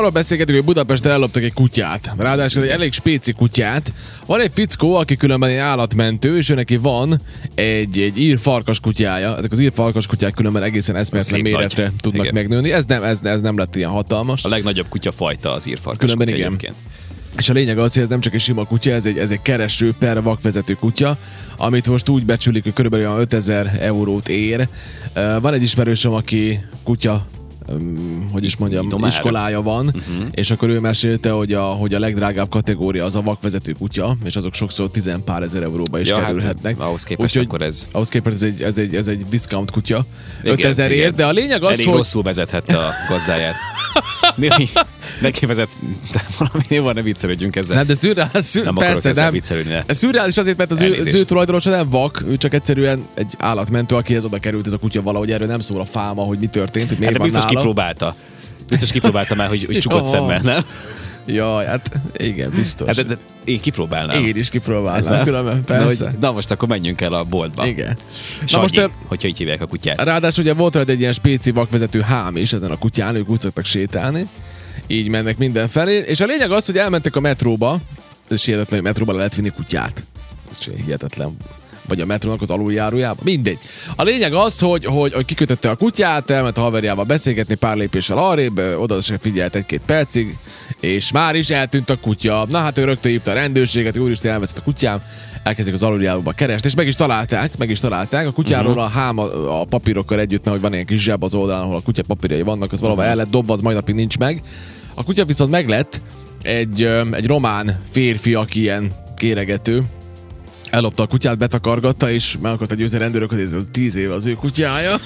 arról beszélgetünk, hogy Budapesten elloptak egy kutyát. Ráadásul egy elég spéci kutyát. Van egy fickó, aki különben egy állatmentő, és ő neki van egy ír farkas kutyája. Ezek az ír farkas kutyák különben egészen eszméletlen méretre nagy. tudnak Igen. megnőni. Ez nem lett ilyen hatalmas. A legnagyobb kutyafajta az ír farkas Különben kutya igen. egyébként. És a lényeg az, hogy ez nem csak egy sima kutya, ez egy kereső per vakvezető kutya, amit most úgy becsülik, hogy körülbelül 5000 eurót ér. Van egy ismerősöm, aki kutya, hogy is mondjam, iskolája van, és akkor ő mesélte, hogy a legdrágább kategória az a vakvezető kutya, és azok sokszor 10 pár ezer euróba is kerülhetnek. Hát, ahhoz képest akkor ez... Ahhoz képest ez egy discount kutya, Igen, 5000 ér, de a lényeg az, elég hogy... rosszul vezethette a gazdáját. Neki vezet, de valami van, ne viccelődjünk ezzel. Nem, de nem akarok ezzel viccelődni. Ez szürreális azért, mert az ő tulajdonosa nem vak, ő csak egyszerűen egy állatmentő, akihez oda került ez a kutya valahogy, erről nem szól a fáma, hogy mi történt, hogy miért van biztos nála. Biztos kipróbálta már, hogy csukott szemmel, nem? Jaj, hát igen, biztos. Hát, de én kipróbálnám. Én is kipróbálnám, különben, persze. Na most akkor menjünk el a boltba. Igen. Na most, hogyha így hívják a kutyát. Ráadásul ugye volt rajta egy ilyen spéci vakvezető hám is ezen a kutyán, ők úgy szoktak sétálni. Így mennek mindenfelé. És a lényeg az, hogy elmentek a metróba. Ez hihetetlen, hogy metróba le lehet vinni kutyát. Ez hihetetlen. Vagy a metrónak az aluljárójába. Mindegy. A lényeg az, hogy kikötötte a kutyát, elment a haverjával beszélgetni pár lépéssel arrébb, oda se figyelt egy-két percig, és már is eltűnt a kutya. Na hát ő rögtön hívta a rendőrséget, úristen, elveszett a kutyám, elkezdik az aluljáróba keresni, és meg is találták. A kutyáról a hám a papírokkal együtt, mert hogy van ilyen kis zseb az oldalán, ahol a kutya papírjai vannak, az valahol el lett dobva, az mai napig nincs meg. A kutya viszont meglett, egy román férfi, aki ilyen kéregető, ellopta a kutyát, betakargatta, és meg akarta győzni a rendőrök, hogy ez 10 éve az ő kutyája.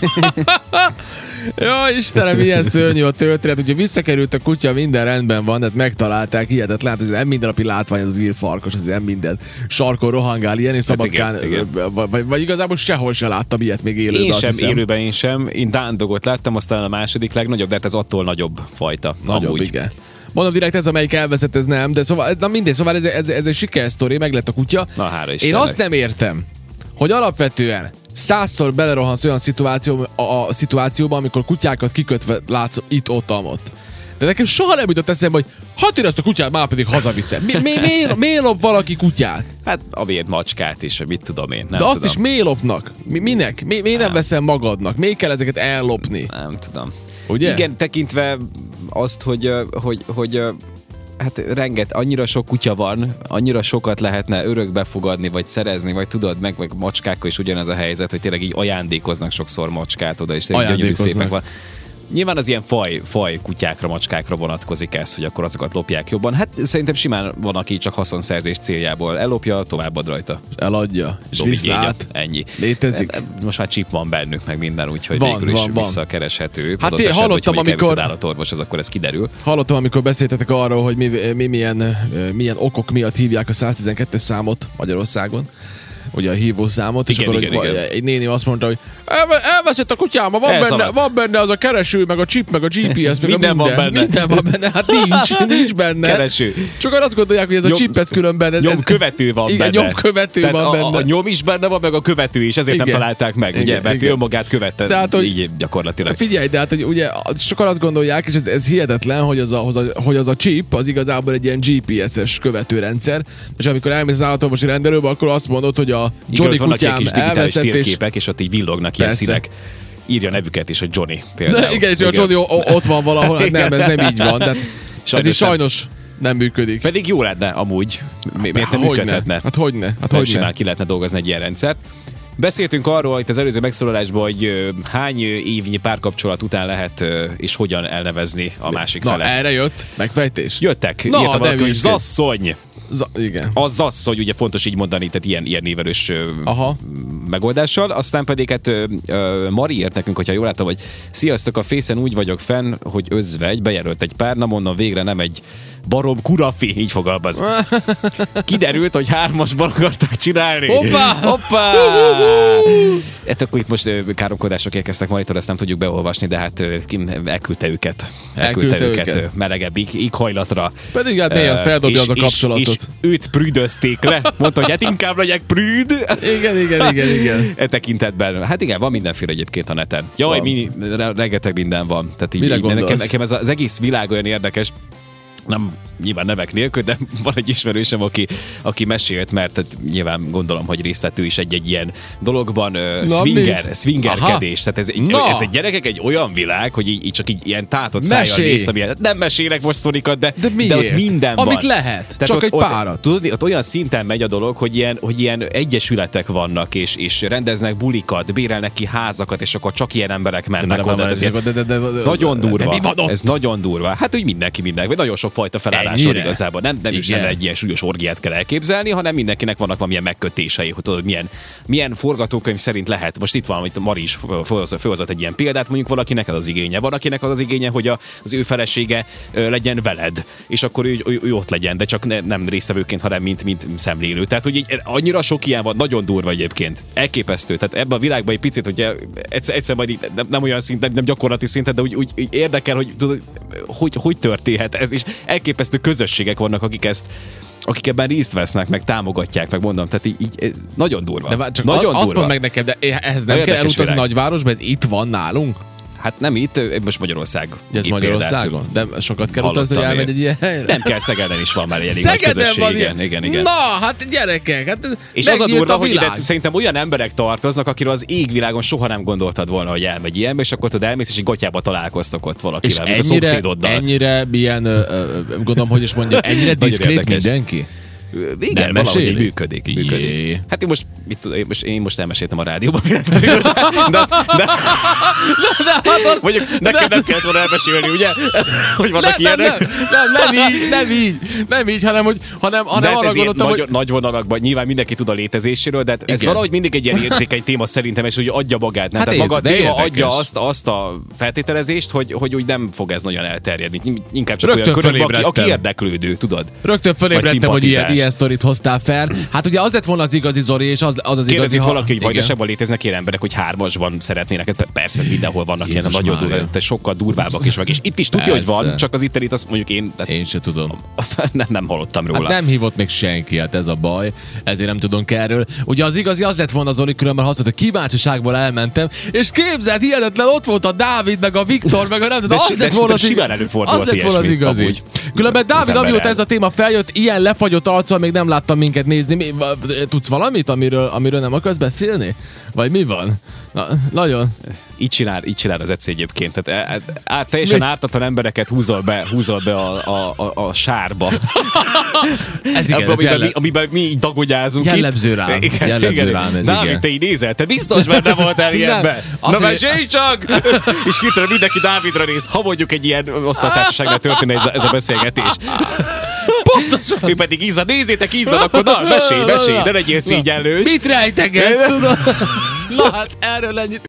Jó, Istenem, milyen szörnyű a történet. Ugye visszakerült a kutya, minden rendben van, hát megtalálták, hihetetlen, ez nem mindennapi látvány az ír farkas, ez nem minden sarkon rohangál ilyen, és Szabadkán, vagy igazából sehol se láttam ilyet még élőben. Én sem, élőben én sem. Én dándogot láttam, aztán a második legnagyobb, de hát ez attól nagyobb fajta. Nagyobb, amúgy. Igen. Mondom direkt, ez amelyik elveszett, ez nem, de szóval, na mindegy, szóval ez egy sikersztori, meg lett a kutya. Na, hála Istennek. Én azt nem értem, hogy alapvetően 100-szor belerohansz olyan szituációba, amikor kutyákat kikötve látsz itt-ott. De nekem soha nem jutott eszembe, hogy hát én ezt a kutyát már pedig hazaviszem. Miért lop valaki kutyát? Hát amiért macskát is, mit tudom én. Nem de azt tudom. is miért lopnak? Minek? Miért nem veszem magadnak? Miért kell ezeket ellopni? Nem tudom. Ugye? Igen, tekintve azt, hogy hát annyira sok kutya van, annyira sokat lehetne örökbe fogadni, vagy szerezni, vagy tudod, meg macskákkal is ugyanez a helyzet, hogy tényleg így ajándékoznak sokszor macskát oda, és tényleg gyönyörű szépek van. Nyilván az ilyen faj kutyákra, macskákra vonatkozik ez, hogy akkor azokat lopják jobban. Hát szerintem simán van, aki csak haszonszerzés céljából ellopja, továbbad rajta. Eladja, és viszlát. Ennyi. Létezik. Most már chip van bennük, meg minden, úgyhogy végül is visszakereshető. Hát én hallottam, amikor... állatorvos, az akkor ez kiderül. Hallottam, amikor beszéltetek arról, hogy milyen okok miatt hívják a 112-es számot Magyarországon. Ugye a hívószámot, és akkor igen. Egy néni azt mondta, hogy elveszett a kutyáma, van benne az a kereső, meg a chip, meg a GPS, meg minden van benne. Minden van benne, hát nincs benne. Kereső. Csak azt gondolják, hogy ez a chip, ez különben... Nyomkövető van benne. Nyomkövető van benne. A nyom is benne van, meg a követő is, ezért nem találták meg, ugye, mert ő önmagát követte, de hát, így gyakorlatilag. Figyelj, de hát, hogy ugye sokan azt gondolják, és ez hihetetlen, hogy az a chip, az igazából egy ilyen GPS-es követőrendszer, és amikor elmész az állatorvosi rendelőbe, akkor azt mondod, hogy a Johnny kutyám elveszett, térképek, és ott így villognak ilyen színek. Írja nevüket is, hogy Johnny például. Igen, és a Johnny ott van valahol, hát nem, ez nem így van. De sajnos nem működik. Pedig jó lenne amúgy. Miért nem működhetne? Hát hogyne? Simán ki lehetne dolgozni egy ilyen rendszert. Beszéltünk arról itt az előző megszólalásban, hogy hány évnyi párkapcsolat után lehet és hogyan elnevezni a másik felet. Na, erre jött megfejtés? Jöttek. Írtam valaki, hogy zasszony. Igen. A zasszony, ugye fontos így mondani, tehát ilyen névelős megoldással. Aztán pedig hát Mari írt nekünk, hogyha jól látom, hogy sziasztok, a Facen úgy vagyok fenn, hogy özvegy, bejelölt egy pár, na mondom, végre nem egy barom kurafi, így fogalmaz. Kiderült, hogy 3-asban akartak csinálni. Hoppá! Hát akkor itt most káromkodások érkeztek Marittól, ezt nem tudjuk beolvasni, de hát elküldte őket. Melegebb éghajlatra. Pedig hát néha feldobja az a kapcsolatot. És őt prüdözték le. Mondta, hogy hát inkább legyek prűd. Igen. E tekintetben. Hát igen, van mindenféle egyébként a neten. Jaj, rengeteg minden van. Tehát így, nekem ez az egész világ olyan érdekes, nem nyilván nevek nélkül, de van egy ismerősöm, aki mesélt, mert nyilván gondolom, hogy részt vett ő is egy ilyen dologban, swingerkedés. Tehát ez egy gyerekek egy olyan világ, hogy így csak így ilyen tátott szájjal néztem ilyen. Nem mesélek most sztorikat, de ott minden van. Amit lehet, tehát csak egy párat. Tudod, ott olyan szinten megy a dolog, hogy ilyen egyesületek vannak, és rendeznek bulikat, bérelnek ki házakat, és akkor csak ilyen emberek mennek oda. Nagyon durva. Ez nagyon durva. Hát úgy mindenki. Nagyon sok fajta felállásról igazából. Nem is egy ilyen súlyos orgiát kell elképzelni, hanem mindenkinek vannak valamilyen megkötései, hogy tudod, milyen forgatókönyv szerint lehet. Most itt van, hogy Mari is felhozott egy ilyen példát, mondjuk valakinek az igénye. Van, akinek az igénye, hogy az ő felesége legyen veled, és akkor ő ott legyen, de csak nem résztvevőként, hanem mint szemlélő. Tehát, hogy annyira sok ilyen van, nagyon durva egyébként. Elképesztő. Tehát ebben a világban egy picit, hogy egyszer majd nem olyan szinten, nem gyakorlati szinten, de úgy érdekel, hogy tudod, hogy történhet ez is. Elképesztő közösségek vannak, akik ebben részt vesznek, meg támogatják, meg mondom, tehát így nagyon durva. De csak nagyon azt mondd meg nekem, de ehhez nem kell elutazni nagyvárosba, ez itt van nálunk? Hát nem itt, most Magyarország. Ez Magyarországon? De sokat kell utazni, hogy elmegy egy ilyen helyre? Nem kell, Szegeden is van már egy elég nagy közösség. Igen. Na, hát gyerekek, hát és az a durva, hogy ide szerintem olyan emberek tartoznak, akiről az égvilágon soha nem gondoltad volna, hogy elmegy ilyenbe, és akkor tudod elmész, és egy gatyába találkoztok ott valakivel, és a szomszédoddal. Ennyire ilyen, gondolom, hogy is mondja, ennyire diszkrét mindenki? Igen, valahogy így működik. Hát én most elmeséltem a rádióban. Mondjuk nekem nem kellett volna elmesélni, ugye? Hogy vannak ilyenek. Nem így, hanem arra gondoltam, hogy... Nagy vonalakban nyilván mindenki tud a létezéséről, de ez valahogy mindig egy ilyen érzékeny téma szerintem, és hogy adja magát. Tehát maga a téma adja azt a feltételezést, hogy úgy nem fog ez nagyon elterjedni. Inkább csak olyan körülbelül, aki érdeklődő, tudod. Rögtön fölébredtem, hogy ilyen sztorit hoztál fel. Hát ugye az lett volna az igazi Zori, és az igazi... Kérdezi itt valaki, hogy vajdaságban léteznek ilyen emberek, hogy 3-asban szeretnének. Persze, mindenhol vannak ilyen nagyon durva, sokkal durvábbak is meg. És itt is tudja, hogy van, csak az itt azt mondjuk én se tudom. Nem hallottam róla. Hát nem hívott még senki, hát ez a baj. Ezért nem tudunk erről. Ugye az igazi az lett volna, Zoli, különben azt mondta, hogy kíváncsiságból elmentem, és képzeld, hihetetlen, ott volt a Dávid, meg a Viktor, meg a nem tudom, az lett volna az igazi. Különben Dávid, amióta ez a téma feljött, ilyen lefagyott arccal még nem láttam minket nézni. Tudsz valamit, amiről nem akarsz beszélni? Vagy mi van? Na, nagyon. Így csinál az Eci egyébként. Tehát teljesen ártatlan embereket húzol be a sárba. Ez igen, amiben mi így dagonyázunk. Jellemző rám. Jellemző rám ez, Dávid, te így nézel, te biztos benne voltál ilyenben. Na mesélj csak! És hirtelen mindenki Dávidra néz. Ha mondjuk egy ilyen osztálytársaságnál történne ez a beszélgetés. Pontosan. Ő pedig Iza, nézzétek Iza, akkor na, mesélj, ne legyél szégyenlős. Mit rejtegetsz, tudod? Na hát erről ennyit.